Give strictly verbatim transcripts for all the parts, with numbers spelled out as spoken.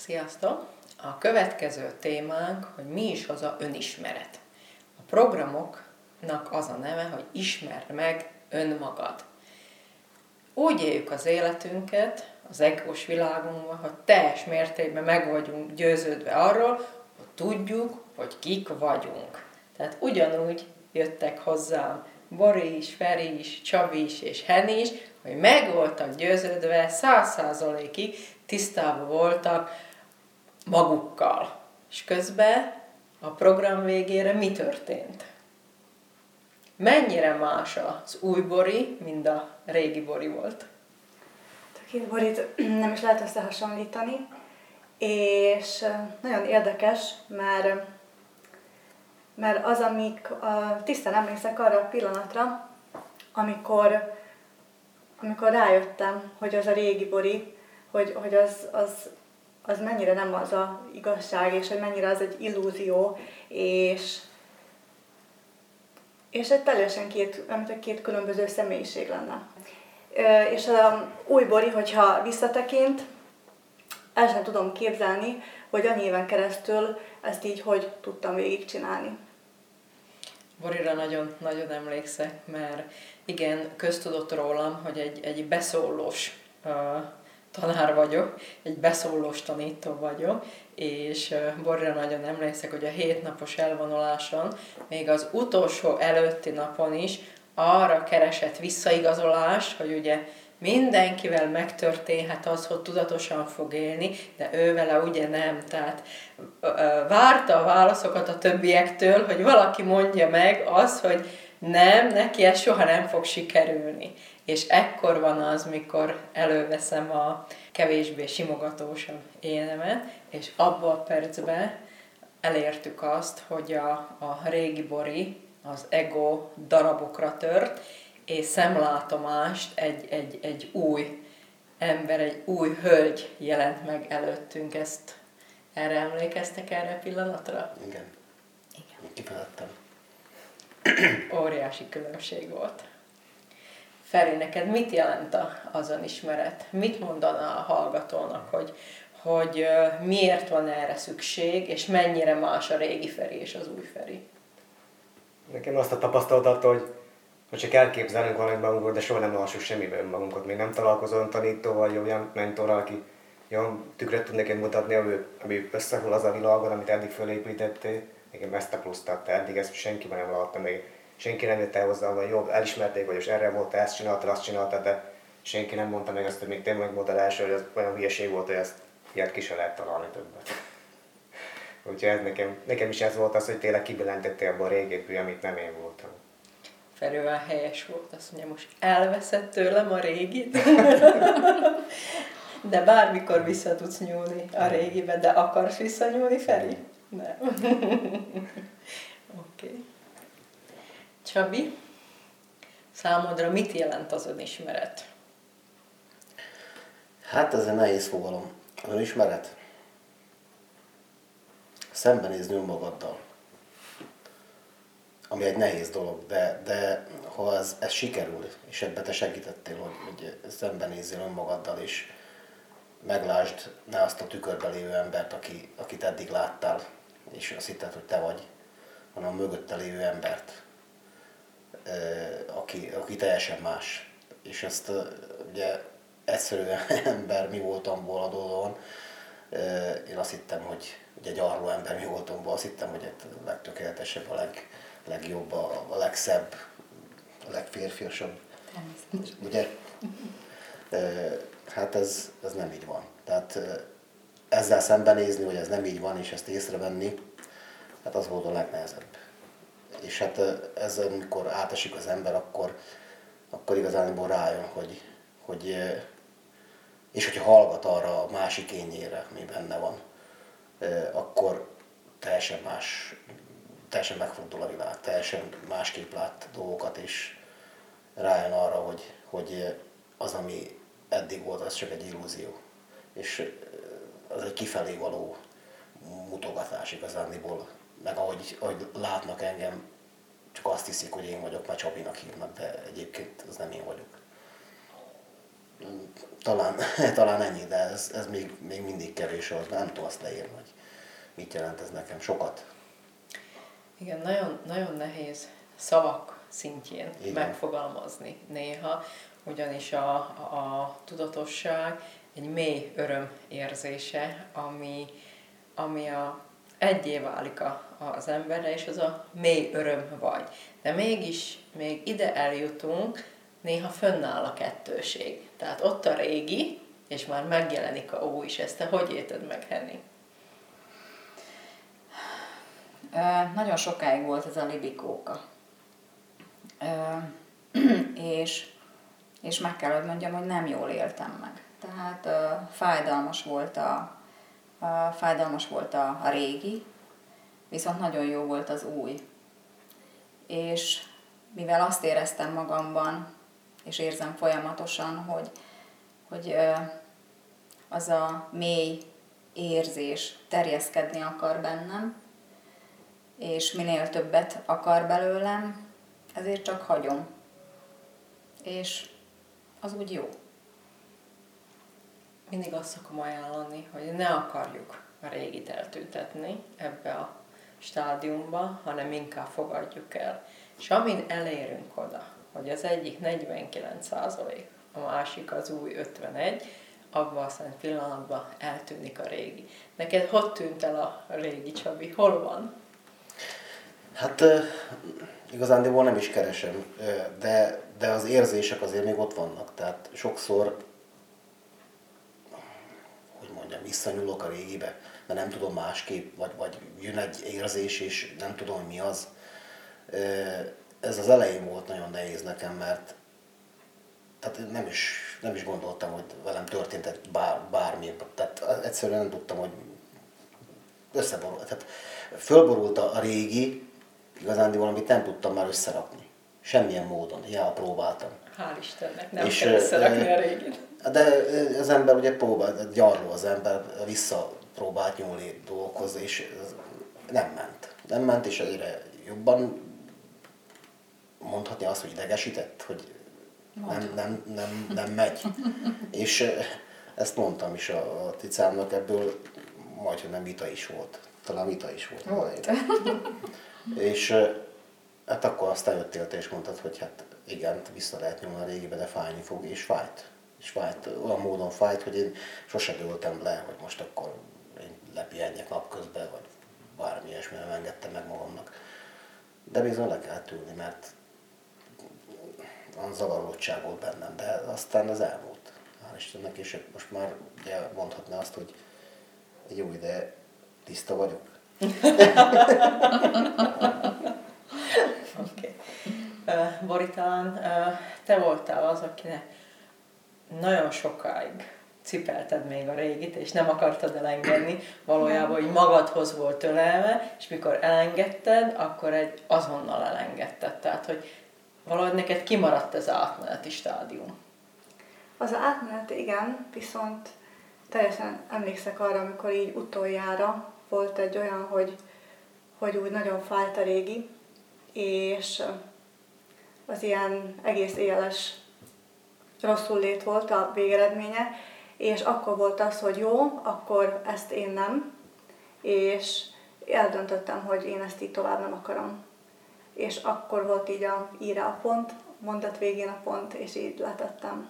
Sziasztok! A következő témánk, hogy mi is az a önismeret. A programoknak az a neve, hogy ismerd meg önmagad. Úgy éljük az életünket, az egós világunkban, hogy teljes mértékben meg vagyunk győződve arról, hogy tudjuk, hogy kik vagyunk. Tehát ugyanúgy jöttek hozzám Bori is, Feri is, Csabi is és Henny is, hogy meg voltak győződve, száz százalékig tisztában voltak magukkal. És közben a program végére mi történt? Mennyire más az új Bori, mint a régi Bori volt? A két Borit nem is lehet összehasonlítani, és nagyon érdekes, mert, mert az, amik a, tisztán emlékszek arra a pillanatra, amikor, amikor rájöttem, hogy az a régi Bori, hogy, hogy az, az, az mennyire nem az a igazság, és hogy mennyire az egy illúzió, és, és egy teljesen két, amit két különböző személyiség lenne. És az új Bori, hogyha visszatekint, el sem tudom képzelni, hogy annyi éven keresztül ezt így hogy tudtam végigcsinálni. Borira nagyon, nagyon emlékszek, mert igen, köztudott rólam, hogy egy, egy beszólós uh, tanár vagyok, egy beszólós tanító vagyok, és uh, Borira nagyon emlékszek, hogy a hétnapos elvonuláson, még az utolsó előtti napon is arra keresett visszaigazolás, hogy ugye mindenkivel megtörténhet az, hogy tudatosan fog élni, de ő vele ugye nem. Tehát várta a válaszokat a többiektől, hogy valaki mondja meg azt, hogy nem, neki ez soha nem fog sikerülni. És ekkor van az, mikor előveszem a kevésbé simogatósabb énemet, és abban a percben elértük azt, hogy a, a régi Bori, az ego darabokra tört, és szemlátomást egy, egy, egy új ember, egy új hölgy jelent meg előttünk. Ezt erre emlékeztek, erre a pillanatra? Igen. Igen. Kifeledtem. Óriási különbség volt. Feri, neked mit jelent az önismeret? Mit mondaná a hallgatónak, hogy, hogy miért van erre szükség, és mennyire más a régi Feri és az új Feri? Nekem azt a tapasztalatot, hogy, hogy csak elképzelünk valamit magunkról, de soha nem lássuk semmiben önmagunkat. Még nem találkozom tanítóval, vagy olyan mentorral, aki olyan tükröt tud neked mutatni, ami, ami összehol az a világon, amit eddig fölépítettél. Nekem ezt a pluszt adta, eddig ezt senkiben nem láttam, még senki nem jött el hozzá, hogy jobb, elismerték, hogy erre volt, ezt csináltad, azt csináltad, de senki nem mondta meg azt, hogy még te megmondtad első, hogy az olyan hülyeség volt, hogy ezt ilyet ki se lehet találni többet. Úgyhogy ez nekem, nekem is ez volt az, hogy tényleg kibillentettél abban a régéből, amit nem én voltam. Feri olyan helyes volt, azt mondja, most elveszed tőlem a régit, de bármikor vissza tudsz nyúlni a régibe, de akarsz visszanyúlni, Feri? Nem. Oké. Okay. Csabi, számodra mit jelent az önismeret? Hát ez egy nehéz fogalom. Önismeret? Szembenézni önmagaddal. Ami egy nehéz dolog, de, de ha ez, ez sikerül, és ebbe te segítettél, hogy, hogy szembenézzél önmagaddal, és meglásd ne azt a tükörbe lévő embert, aki, akit eddig láttál, és azt hitted, hogy te vagy, hanem a mögötte lévő embert, aki, aki teljesen más. És ezt ugye egyszerű ember mi voltamból adódóan, én azt hittem, hogy ugye egy arló ember mi voltamból, azt hittem, hogy a legtökéletesebb, a leg, legjobb, a, a legszebb, a legférfiasabb. Ugye? Hát ez, ez nem így van. Tehát ezzel szembenézni, hogy ez nem így van, és ezt észrevenni, hát az volt a legnehezebb. És hát ez, amikor átesik az ember, akkor, akkor igazából rájön, hogy, hogy és hogyha hallgat arra a másik énjére, ami benne van, akkor teljesen más, teljesen megfordul a világ, teljesen másképp lát dolgokat, és rájön arra, hogy, hogy az, ami eddig volt, az csak egy illúzió. És az egy kifelé való mutogatás igazániból, meg ahogy, ahogy látnak engem, csak azt hiszik, hogy én vagyok, mert Csabinak hívnak, de egyébként az nem én vagyok. talán, talán ennyi, de ez, ez még, még mindig kevés, az nem tudom azt leírni, hogy mit jelent ez nekem. Sokat. Igen, nagyon, nagyon nehéz szavak szintjén Igen. megfogalmazni néha, ugyanis a, a tudatosság egy mély öröm érzése, ami, ami a, egyé válik a, az emberre, és az a mély öröm vagy. De mégis, még ide eljutunk, néha fönnáll a kettőség. Tehát ott a régi, és már megjelenik a új is. Ezt te hogy érted meg, Henny? Uh, nagyon sokáig volt ez a libikóka. Uh, és, és meg kell, hogy mondjam, hogy nem jól éltem meg. Tehát uh, fájdalmas volt, a, a, fájdalmas volt a, a régi, viszont nagyon jó volt az új. És mivel azt éreztem magamban, és érzem folyamatosan, hogy, hogy uh, az a mély érzés terjeszkedni akar bennem, és minél többet akar belőlem, ezért csak hagyom. És az úgy jó. Mindig azt szokom ajánlani, hogy ne akarjuk a régit eltüntetni ebbe a stádiumba, hanem inkább fogadjuk el. És amin elérünk oda, hogy az egyik negyvenkilenc százalék, a másik az új ötvenegy, abban a szent pillanatban eltűnik a régi. Neked hogy tűnt el a régi, Csabi? Hol van? Hát uh, igazándiból nem is keresem, de, de az érzések azért még ott vannak. Tehát sokszor, hogy mondjam, visszanyúlok a régibe, mert nem tudom másképp, vagy, vagy jön egy érzés, és nem tudom, hogy mi az. Ez az elején volt nagyon nehéz nekem, mert tehát nem is, nem is gondoltam, hogy velem történt bár, bármi. Tehát egyszerűen nem tudtam, hogy összeborult. Tehát fölborult a régi, igazándiból, amit nem tudtam már összerakni. Semmilyen módon, hiába próbáltam. Hál' Istennek, nem és, kell összerakni a régit. De az ember ugye próbál, gyarló az ember, visszapróbált nyúlni dolgokhoz, és nem ment. Nem ment, és egyre jobban mondhatni azt, hogy idegesített, hogy nem, nem, nem, nem megy. És ezt mondtam is a, a Ticámnak, ebből majdhogy nem vita is volt. Talán vita is volt. Volt. És hát akkor aztán jöttél te és mondtad, hogy hát igen, vissza lehet nyomni a régibe, de fájni fog, és fájt. És fájt, olyan módon fájt, hogy én sose dőltem le, hogy most akkor én lepihenjek napközben, vagy bármi ilyesmi, nem engedtem meg magamnak. De bizony le kellett ülni, mert olyan zavarodottság volt bennem, de aztán ez elmúlt. Hál' Istennek, és most már ugye mondhatná azt, hogy egy jó ide tiszta vagyok. Oké. Okay. Bori, talán te voltál az, akinek nagyon sokáig cipelted még a régit, és nem akartad elengedni, valójában, hogy magadhoz volt ölelve, és mikor elengedted, akkor egy azonnal elengedted. Tehát, hogy valahogy neked kimaradt ez átmeneti stádium. Az átmeneti igen, viszont teljesen emlékszek arra, amikor így utoljára volt egy olyan, hogy, hogy úgy nagyon fájt a régi, és az ilyen egész éles rosszul lét volt a végeredménye, és akkor volt az, hogy jó, akkor ezt én nem, és eldöntöttem, hogy én ezt így tovább nem akarom. És akkor volt így a íre a pont, mondat végén a pont, és így letettem.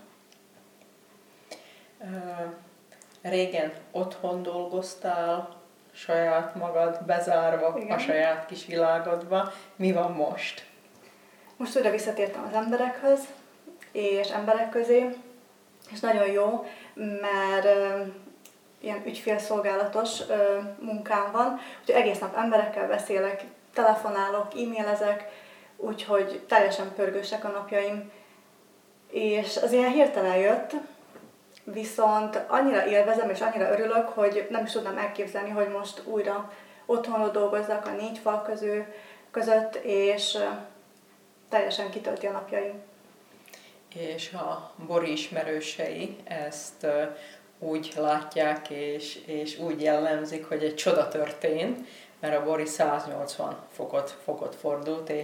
Régen otthon dolgoztál, saját magad bezárva, igen, a saját kis világodba. Mi van most? Most újra visszatértem az emberekhez, és emberek közé, és nagyon jó, mert uh, ilyen ügyfélszolgálatos uh, munkám van, úgyhogy egész nap emberekkel beszélek, telefonálok, e-mailezek, úgyhogy teljesen pörgősek a napjaim, és az ilyen hirtelen jött, viszont annyira élvezem és annyira örülök, hogy nem is tudnám elképzelni, hogy most újra otthonról dolgozzak a négy fal közül, között, és uh, teljesen kitölti a napjaim. És a Bori ismerősei ezt uh, úgy látják és, és úgy jellemzik, hogy egy csoda történt, mert a Bori száznyolcvan fokot, fokot fordult, és,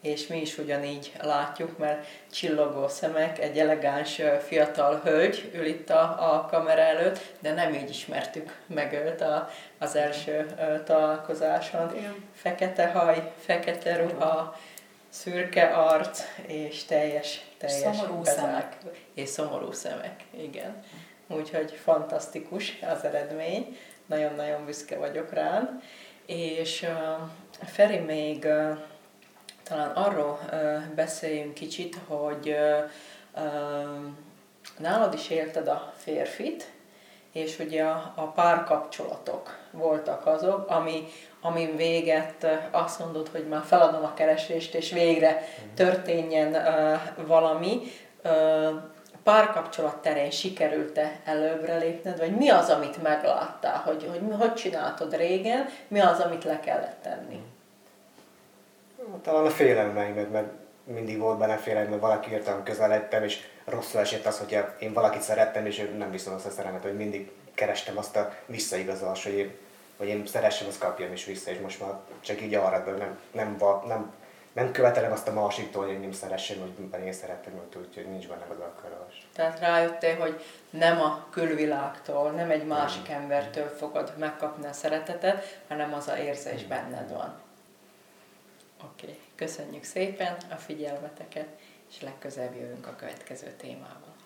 és mi is ugyanígy látjuk, mert csillogó szemek, egy elegáns fiatal hölgy ül itt a, a kamera előtt, de nem így ismertük meg őt a, az első találkozáson. Igen. Fekete haj, fekete ruha, szürke arc, és teljes, teljes Szomorú bezár- szemek. És szomorú szemek, igen. Úgyhogy fantasztikus az eredmény, nagyon-nagyon büszke vagyok rám. És uh, Feri, még uh, talán arról uh, beszéljünk kicsit, hogy uh, uh, nálad is élted a férfit, és ugye a, a párkapcsolatok voltak azok, ami, amin véget uh, azt mondod, hogy már feladom a keresést, és végre történjen uh, valami. Uh, párkapcsolat terén sikerült-e előbbre lépned, vagy mi az, amit megláttál, hogy, hogy hogy csináltad régen, mi az, amit le kellett tenni? Talán a félelmeimet, mert mindig volt benne félelem, mert valaki értem közel lettem, és rosszul esett az, hogy én valakit szerettem, és ő nem viszont azt a szerelmet, hogy mindig kerestem azt a visszaigazolást, hogy én, hogy én szeressem, azt kapjam is vissza, és most már csak így arra, nem, nem, nem, nem követelem azt a másiktól, hogy én nem szeressem, hogy én szerettem, úgyhogy nincs benne az akarás. Tehát rájöttél, hogy nem a külvilágtól, nem egy másik embertől fogod megkapni a szeretetet, hanem az a érzés benned van. Oké, okay. Köszönjük szépen a figyelmeteket, és legközelebb jövünk a következő témával.